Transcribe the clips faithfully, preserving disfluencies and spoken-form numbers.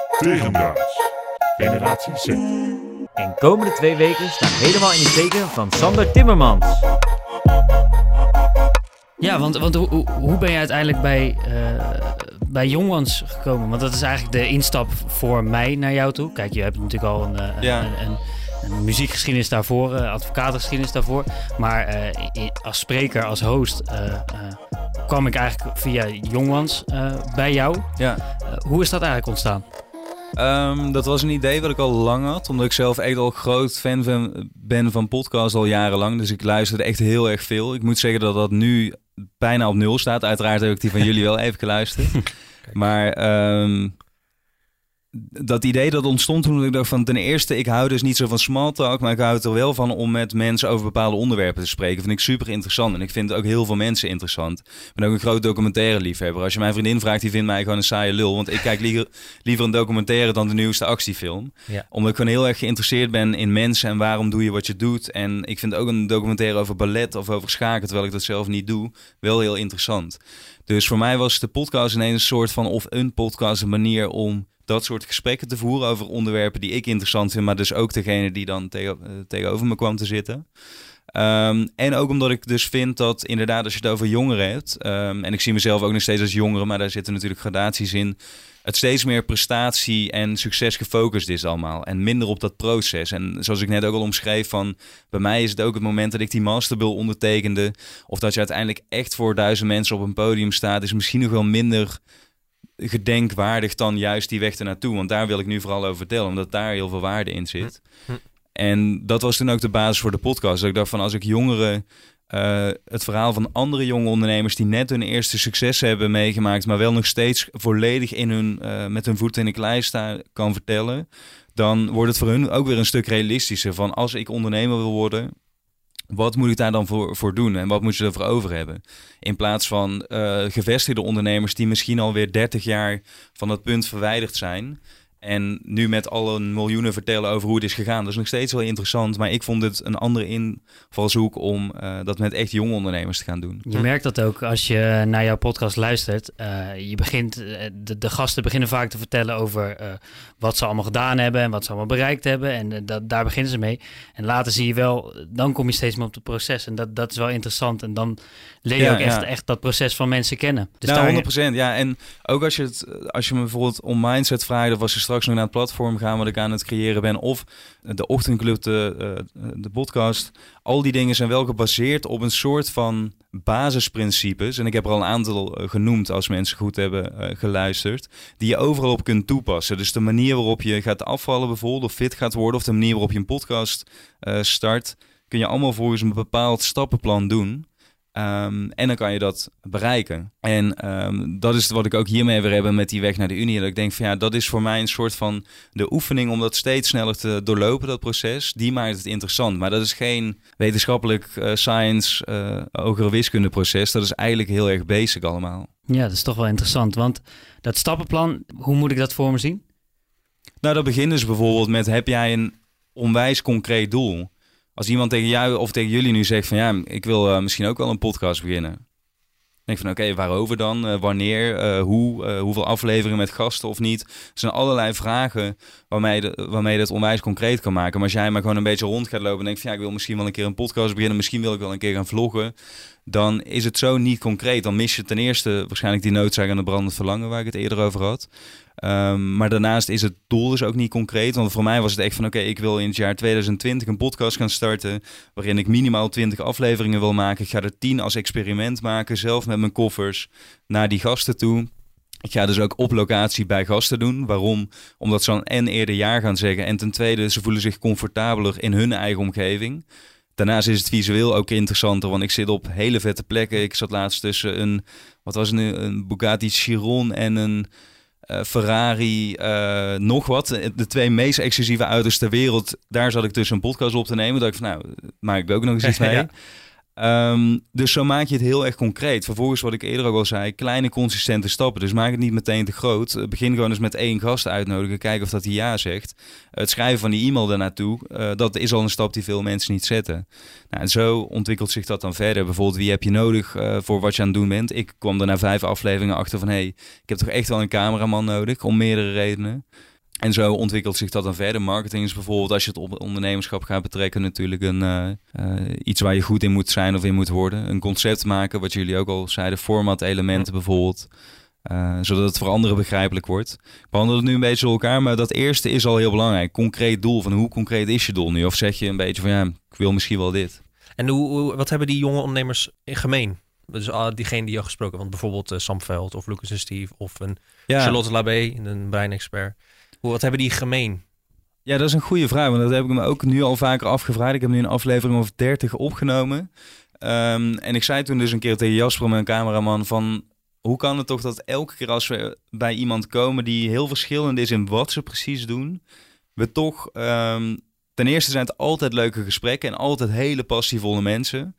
Tegendraads, Generatie Z. En komende twee weken staan helemaal in het teken van Sander Timmermans. Ja, want, want hoe, hoe, hoe ben je uiteindelijk bij, uh, bij Young Ones gekomen? Want dat is eigenlijk de instap voor mij naar jou toe. Kijk, je hebt natuurlijk al een, uh, ja. een, een, een muziekgeschiedenis daarvoor, uh, advocatengeschiedenis daarvoor. Maar uh, in, als spreker, als host, uh, uh, kwam ik eigenlijk via Young Ones uh, bij jou. Ja. Uh, hoe is dat eigenlijk ontstaan? Um, dat was een idee wat ik al lang had, omdat ik zelf echt al groot fan van, ben van podcasts al jarenlang. Dus ik luisterde echt heel erg veel. Ik moet zeggen dat dat nu bijna op nul staat. Uiteraard heb ik die van jullie wel even geluisterd. Maar um, dat idee dat ontstond toen ik dacht van ten eerste, ik hou dus niet zo van small talk, maar ik hou het er wel van om met mensen over bepaalde onderwerpen te spreken. Vind ik super interessant en ik vind ook heel veel mensen interessant. Ik ben ook een groot documentaire liefhebber. Als je mijn vriendin vraagt, die vindt mij gewoon een saaie lul, want ik kijk liever, liever een documentaire dan de nieuwste actiefilm. Ja. Omdat ik gewoon heel erg geïnteresseerd ben in mensen en waarom doe je wat je doet. En ik vind ook een documentaire over ballet of over schaken, terwijl ik dat zelf niet doe, wel heel interessant. Dus voor mij was de podcast ineens een soort van, of een podcast, een manier om dat soort gesprekken te voeren over onderwerpen die ik interessant vind, maar dus ook degene die dan tegen, uh, tegenover me kwam te zitten. Um, en ook omdat ik dus vind dat inderdaad als je het over jongeren hebt, um, en ik zie mezelf ook nog steeds als jongere, maar daar zitten natuurlijk gradaties in, het steeds meer prestatie en succes gefocust is allemaal en minder op dat proces. En zoals ik net ook al omschreef, van bij mij is het ook het moment dat ik die masterbill ondertekende, of dat je uiteindelijk echt voor duizend mensen op een podium staat, is misschien nog wel minder gedenkwaardig dan juist die weg ernaartoe. Want daar wil ik nu vooral over vertellen, omdat daar heel veel waarde in zit. Hm. En dat was toen ook de basis voor de podcast. Dat ik dacht van, als ik jongeren uh, het verhaal van andere jonge ondernemers die net hun eerste succes hebben meegemaakt, maar wel nog steeds volledig in hun, uh, met hun voeten in de klei staan, kan vertellen, dan wordt het voor hun ook weer een stuk realistischer. Van als ik ondernemer wil worden, wat moet ik daar dan voor, voor doen en wat moet je ervoor over hebben? In plaats van uh, gevestigde ondernemers die misschien alweer dertig jaar van dat punt verwijderd zijn en nu met alle miljoenen vertellen over hoe het is gegaan. Dat is nog steeds wel interessant, maar ik vond het een andere invalshoek om uh, dat met echt jonge ondernemers te gaan doen. Je merkt dat ook als je naar jouw podcast luistert. Uh, je begint, de, de gasten beginnen vaak te vertellen over uh, wat ze allemaal gedaan hebben en wat ze allemaal bereikt hebben. En uh, dat, daar beginnen ze mee. En later zie je wel, dan kom je steeds meer op het proces. En dat, dat is wel interessant. En dan leer je ja, ook echt, ja. echt dat proces van mensen kennen. Dus nou, daar... honderd procent. Ja, en ook als je, het, als je me bijvoorbeeld om mindset vraagt, of als je straks nog naar het platform gaan wat ik aan het creëren ben, of de ochtendclub, de, de podcast, al die dingen zijn wel gebaseerd op een soort van basisprincipes. En ik heb er al een aantal genoemd als mensen goed hebben uh, geluisterd, die je overal op kunt toepassen. Dus de manier waarop je gaat afvallen bijvoorbeeld, of fit gaat worden, of de manier waarop je een podcast uh, start, kun je allemaal volgens een bepaald stappenplan doen. Um, en dan kan je dat bereiken. En um, dat is wat ik ook hiermee weer heb met die weg naar de Unie. Dat ik denk van ja, dat is voor mij een soort van de oefening om dat steeds sneller te doorlopen, dat proces. Die maakt het interessant. Maar dat is geen wetenschappelijk uh, science, uh, hogere wiskunde proces. Dat is eigenlijk heel erg basic allemaal. Ja, dat is toch wel interessant. Want dat stappenplan, hoe moet ik dat voor me zien? Nou, dat begint dus bijvoorbeeld met, heb jij een onwijs concreet doel? Als iemand tegen jou of tegen jullie nu zegt van ja, ik wil uh, misschien ook wel een podcast beginnen. Dan denk ik van oké, okay, waarover dan? Uh, wanneer? Uh, hoe? Uh, hoeveel afleveringen met gasten of niet? Er zijn allerlei vragen waarmee, de, waarmee je dat onwijs concreet kan maken. Maar als jij maar gewoon een beetje rond gaat lopen en denkt van ja, ik wil misschien wel een keer een podcast beginnen. Misschien wil ik wel een keer gaan vloggen. Dan is het zo niet concreet. Dan mis je ten eerste waarschijnlijk die noodzaak aan de brandend verlangen waar ik het eerder over had. Um, maar daarnaast is het doel dus ook niet concreet. Want voor mij was het echt van oké, okay, ik wil in het jaar twintig twintig een podcast gaan starten waarin ik minimaal twintig afleveringen wil maken. Ik ga er tien als experiment maken, zelf met mijn koffers naar die gasten toe. Ik ga dus ook op locatie bij gasten doen. Waarom? Omdat ze dan en eerder ja gaan zeggen. En ten tweede, ze voelen zich comfortabeler in hun eigen omgeving. Daarnaast is het visueel ook interessanter, want ik zit op hele vette plekken. Ik zat laatst tussen een, wat was het, een Bugatti Chiron en een uh, Ferrari, uh, nog wat. De twee meest exclusieve auto's ter wereld. Daar zat ik tussen een podcast op te nemen. Dat ik van, nou, maak ik ook nog eens iets mee. Ja. Um, dus zo maak je het heel erg concreet. Vervolgens, wat ik eerder ook al zei, kleine consistente stappen. Dus maak het niet meteen te groot. Begin gewoon eens met één gast uitnodigen. Kijken of dat hij ja zegt. Het schrijven van die e-mail daarnaartoe, uh, dat is al een stap die veel mensen niet zetten. Nou, en zo ontwikkelt zich dat dan verder. Bijvoorbeeld, wie heb je nodig uh, voor wat je aan het doen bent? Ik kwam er na vijf afleveringen achter van, hé, hey, ik heb toch echt wel een cameraman nodig, om meerdere redenen. En zo ontwikkelt zich dat dan verder. Marketing is bijvoorbeeld, als je het op ondernemerschap gaat betrekken, natuurlijk een, uh, uh, iets waar je goed in moet zijn of in moet worden. Een concept maken, wat jullie ook al zeiden, format elementen bijvoorbeeld. Uh, zodat het voor anderen begrijpelijk wordt. We behandelen het nu een beetje door elkaar, maar dat eerste is al heel belangrijk. Concreet doel, van hoe concreet is je doel nu? Of zeg je een beetje van, ja, ik wil misschien wel dit. En hoe, hoe, wat hebben die jonge ondernemers in gemeen? Dus uh, diegene die je al gesproken, want bijvoorbeeld uh, Sam Veld of Lucas en Steve of een ja. Charlotte Labé, een breinexpert. Hoe, wat hebben die gemeen? Ja, dat is een goede vraag, want dat heb ik me ook nu al vaker afgevraagd. Ik heb nu een aflevering of dertig opgenomen. Um, en ik zei toen dus een keer tegen Jasper, mijn cameraman, van hoe kan het toch dat elke keer als we bij iemand komen die heel verschillend is in wat ze precies doen, we toch, um, ten eerste zijn het altijd leuke gesprekken en altijd hele passievolle mensen.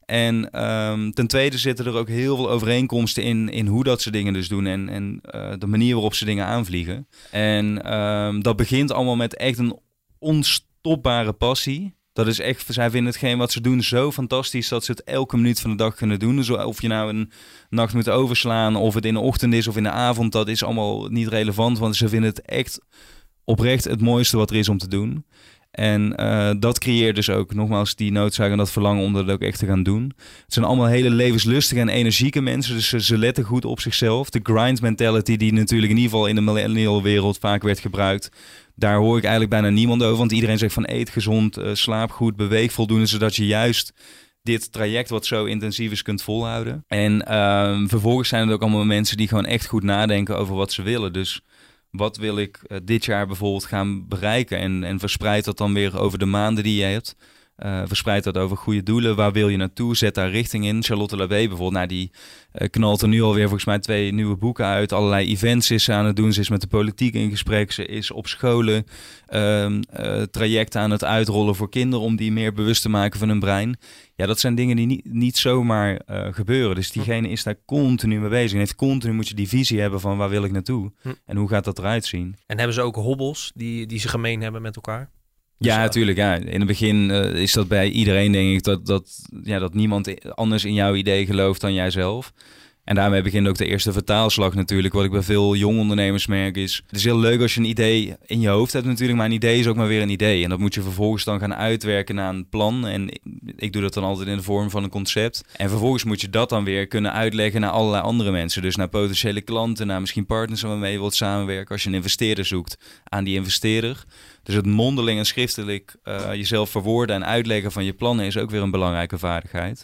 En um, ten tweede zitten er ook heel veel overeenkomsten in, in hoe dat ze dingen dus doen en, en uh, de manier waarop ze dingen aanvliegen. En um, dat begint allemaal met echt een onstopbare passie. Dat is echt, zij vinden hetgeen wat ze doen zo fantastisch dat ze het elke minuut van de dag kunnen doen. Dus of je nou een nacht moet overslaan, of het in de ochtend is of in de avond, dat is allemaal niet relevant. Want ze vinden het echt oprecht het mooiste wat er is om te doen. En uh, dat creëert dus ook nogmaals die noodzaak en dat verlangen om dat ook echt te gaan doen. Het zijn allemaal hele levenslustige en energieke mensen, dus ze, ze letten goed op zichzelf. De grind mentality die natuurlijk in ieder geval in de millennial wereld vaak werd gebruikt, daar hoor ik eigenlijk bijna niemand over. Want iedereen zegt van eet gezond, uh, slaap goed, beweeg voldoende, zodat je juist dit traject wat zo intensief is kunt volhouden. En uh, vervolgens zijn er ook allemaal mensen die gewoon echt goed nadenken over wat ze willen. Dus wat wil ik uh, dit jaar bijvoorbeeld gaan bereiken? En, en verspreid dat dan weer over de maanden die je hebt. Uh, verspreid dat over goede doelen. Waar wil je naartoe? Zet daar richting in. Charlotte Labé bijvoorbeeld, nou, die uh, knalt er nu alweer volgens mij twee nieuwe boeken uit. Allerlei events is ze aan het doen. Ze is met de politiek in gesprek. Ze is op scholen uh, uh, trajecten aan het uitrollen voor kinderen om die meer bewust te maken van hun brein. Ja, dat zijn dingen die niet, niet zomaar uh, gebeuren. Dus diegene is daar continu mee bezig. En heeft continu moet je die visie hebben van waar wil ik naartoe? Hm. En hoe gaat dat eruit zien? En hebben ze ook hobbels die, die ze gemeen hebben met elkaar? Ja, dus, natuurlijk. Ja. In het begin uh, is dat bij iedereen, denk ik, dat, dat, ja, dat niemand anders in jouw idee gelooft dan jijzelf. En daarmee begint ook de eerste vertaalslag natuurlijk. Wat ik bij veel jonge ondernemers merk is, het is heel leuk als je een idee in je hoofd hebt natuurlijk, maar een idee is ook maar weer een idee. En dat moet je vervolgens dan gaan uitwerken naar een plan. En ik, ik doe dat dan altijd in de vorm van een concept. En vervolgens moet je dat dan weer kunnen uitleggen naar allerlei andere mensen. Dus naar potentiële klanten, naar misschien partners waarmee je wilt samenwerken. Als je een investeerder zoekt, aan die investeerder. Dus het mondeling en schriftelijk uh, jezelf verwoorden en uitleggen van je plannen is ook weer een belangrijke vaardigheid.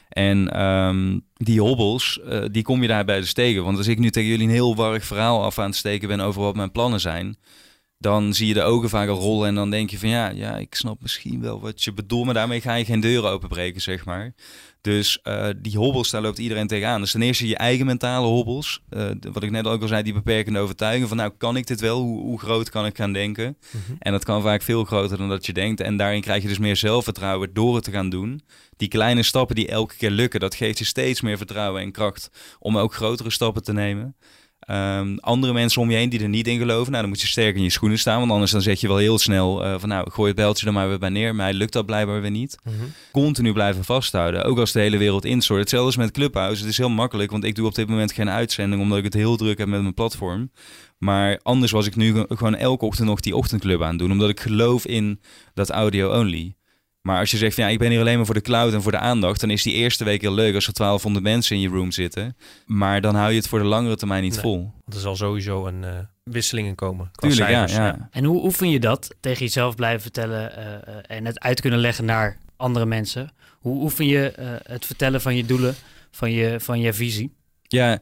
En um, die hobbels, uh, die kom je daarbij dus tegen. Want als ik nu tegen jullie een heel warrig verhaal af aan het steken ben over wat mijn plannen zijn, dan zie je de ogen vaak al rollen en dan denk je van ja, ja, ik snap misschien wel wat je bedoelt, maar daarmee ga je geen deuren openbreken, zeg maar. Dus uh, die hobbels, daar loopt iedereen tegenaan. Dus ten eerste je eigen mentale hobbels. Uh, wat ik net ook al zei, die beperkende overtuiging van nou, kan ik dit wel? Hoe, hoe groot kan ik gaan denken? Mm-hmm. En dat kan vaak veel groter dan dat je denkt. En daarin krijg je dus meer zelfvertrouwen door het te gaan doen. Die kleine stappen die elke keer lukken, dat geeft je steeds meer vertrouwen en kracht om ook grotere stappen te nemen. Um, andere mensen om je heen die er niet in geloven, nou, dan moet je sterk in je schoenen staan, want anders dan zeg je wel heel snel uh, van nou, gooi het bijltje er maar weer bij neer. Mij lukt dat blijkbaar weer niet. Mm-hmm. Continu blijven vasthouden, ook als de hele wereld instort. Hetzelfde is met Clubhouse. Het is heel makkelijk, want ik doe op dit moment geen uitzending, omdat ik het heel druk heb met mijn platform. Maar anders was ik nu gewoon elke ochtend nog die ochtendclub aan het doen, omdat ik geloof in dat audio-only. Maar als je zegt van ja, ik ben hier alleen maar voor de cloud en voor de aandacht, dan is die eerste week heel leuk als er twaalfhonderd mensen in je room zitten. Maar dan hou je het voor de langere termijn niet nee, vol. Want er zal sowieso een uh, wisseling in komen. Tuurlijk, ja, ja. En hoe oefen je dat? Tegen jezelf blijven vertellen uh, uh, en het uit kunnen leggen naar andere mensen. Hoe oefen je uh, het vertellen van je doelen, van je, van je visie? Ja,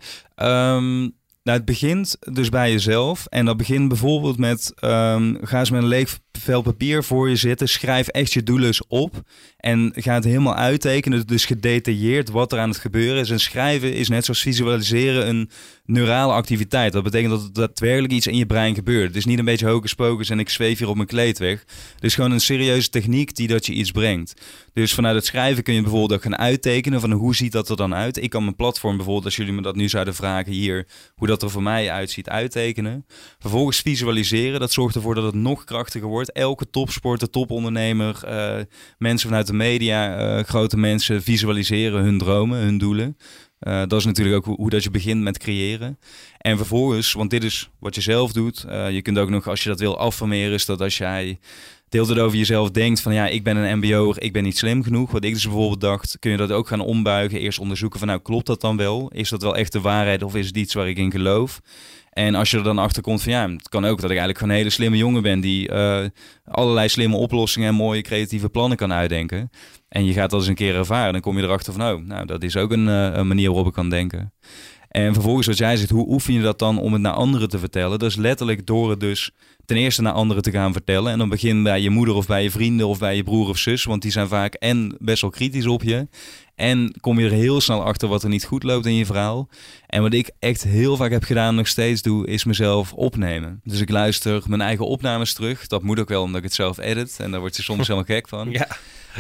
um... Nou, het begint dus bij jezelf. En dat begint bijvoorbeeld met, um, ga eens met een leeg vel papier voor je zitten. Schrijf echt je doelen eens op. En ga het helemaal uittekenen, dus gedetailleerd wat er aan het gebeuren is. En schrijven is net zoals visualiseren een neurale activiteit. Dat betekent dat er daadwerkelijk iets in je brein gebeurt. Het is niet een beetje hocus pocus en ik zweef hier op mijn kleed weg. Het is gewoon een serieuze techniek die dat je iets brengt. Dus vanuit het schrijven kun je bijvoorbeeld ook gaan uittekenen van hoe ziet dat er dan uit. Ik kan mijn platform bijvoorbeeld, als jullie me dat nu zouden vragen hier, hoe dat er voor mij uitziet, uittekenen. Vervolgens visualiseren. Dat zorgt ervoor dat het nog krachtiger wordt. standaard elke topsporter, topondernemer, uh, mensen vanuit de media, uh, grote mensen visualiseren hun dromen, hun doelen. Uh, dat is natuurlijk ook hoe, hoe dat je begint met creëren. En vervolgens, want dit is wat je zelf doet. Uh, je kunt ook nog, als je dat wil affirmeren, is dat als jij de hele tijd over jezelf denkt van ja, ik ben een mbo'er, ik ben niet slim genoeg. Wat ik dus bijvoorbeeld dacht, kun je dat ook gaan ombuigen. Eerst onderzoeken van nou, klopt dat dan wel? Is dat wel echt de waarheid of is het iets waar ik in geloof? En als je er dan achter komt van ja, het kan ook dat ik eigenlijk gewoon een hele slimme jongen ben die uh, allerlei slimme oplossingen en mooie creatieve plannen kan uitdenken. En je gaat dat eens een keer ervaren. Dan kom je erachter van oh, nou dat is ook een, uh, een manier waarop ik kan denken. En vervolgens wat jij zegt, hoe oefen je dat dan om het naar anderen te vertellen? Dat is letterlijk door het dus ten eerste naar anderen te gaan vertellen. En dan begin bij je moeder of bij je vrienden of bij je broer of zus. Want die zijn vaak en best wel kritisch op je. En kom je er heel snel achter wat er niet goed loopt in je verhaal. En wat ik echt heel vaak heb gedaan en nog steeds doe, is mezelf opnemen. Dus ik luister mijn eigen opnames terug. Dat moet ook wel omdat ik het zelf edit. En daar word je soms helemaal gek van. Ja.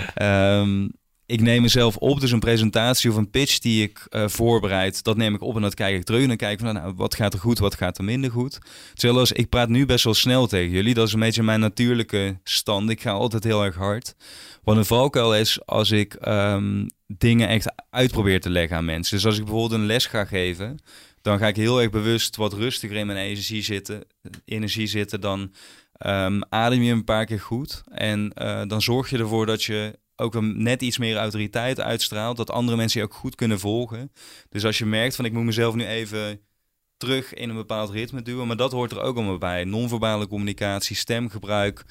Um, Ik neem mezelf op, dus een presentatie of een pitch die ik uh, voorbereid, dat neem ik op en dat kijk ik terug. En dan kijk ik van, nou, wat gaat er goed, wat gaat er minder goed. Terwijl als, ik praat nu best wel snel tegen jullie. Dat is een beetje mijn natuurlijke stand. Ik ga altijd heel erg hard. Wat een valkuil is als ik um, dingen echt uitprobeer te leggen aan mensen. Dus als ik bijvoorbeeld een les ga geven, dan ga ik heel erg bewust wat rustiger in mijn energie zitten. Energie zitten dan um, adem je een paar keer goed. En uh, dan zorg je ervoor dat je ook een net iets meer autoriteit uitstraalt, dat andere mensen je ook goed kunnen volgen. Dus als je merkt van ik moet mezelf nu even terug in een bepaald ritme duwen, maar dat hoort er ook allemaal bij. Non-verbale communicatie, stemgebruik,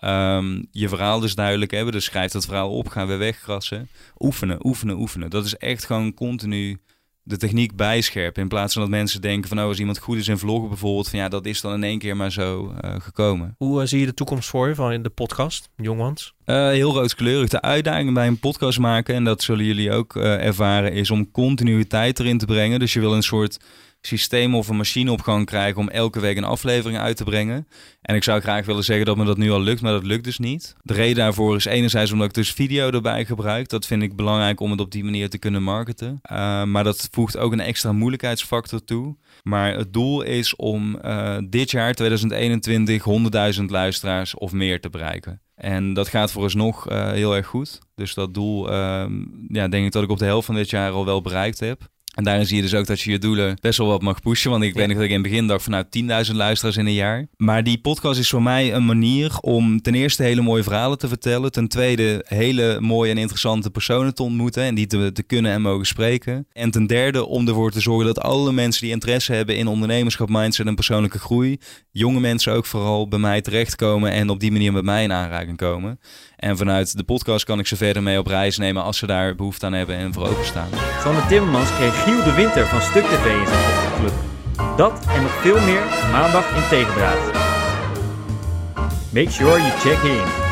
um, je verhaal dus duidelijk hebben. Dus schrijf dat verhaal op, gaan we wegkrassen. Oefenen, oefenen, oefenen. Dat is echt gewoon continu de techniek bijscherpen. In plaats van dat mensen denken van, oh, als iemand goed is in vloggen bijvoorbeeld, van ja, dat is dan in één keer maar zo uh, gekomen. Hoe uh, zie je de toekomst voor je van in de podcast, Jongmans? Uh, heel rooskleurig. De uitdaging bij een podcast maken, en dat zullen jullie ook uh, ervaren, is om continuïteit erin te brengen. Dus je wil een soort systeem of een machine op gang krijgen om elke week een aflevering uit te brengen. En ik zou graag willen zeggen dat me dat nu al lukt, maar dat lukt dus niet. De reden daarvoor is enerzijds omdat ik dus video erbij gebruik. Dat vind ik belangrijk om het op die manier te kunnen marketen. Uh, maar dat voegt ook een extra moeilijkheidsfactor toe. Maar het doel is om uh, dit jaar, tweeduizend eenentwintig, honderdduizend luisteraars of meer te bereiken. En dat gaat vooralsnog uh, heel erg goed. Dus dat doel, uh, ja, denk ik dat ik op de helft van dit jaar al wel bereikt heb. En daarin zie je dus ook dat je je doelen best wel wat mag pushen. Want ik ja. weet nog dat ik in het begin dacht van nou tienduizend luisteraars in een jaar. Maar die podcast is voor mij een manier om ten eerste hele mooie verhalen te vertellen. Ten tweede hele mooie en interessante personen te ontmoeten. En die te, te kunnen en mogen spreken. En ten derde om ervoor te zorgen dat alle mensen die interesse hebben in ondernemerschap, mindset en persoonlijke groei. Jonge mensen ook vooral bij mij terechtkomen en op die manier met mij in aanraking komen. En vanuit de podcast kan ik ze verder mee op reis nemen als ze daar behoefte aan hebben en voor openstaan. Sander Timmermans kreeg Giel de Winter van Stuk T V in zijn club. Dat en nog veel meer maandag in Tegendraad. Make sure you check in.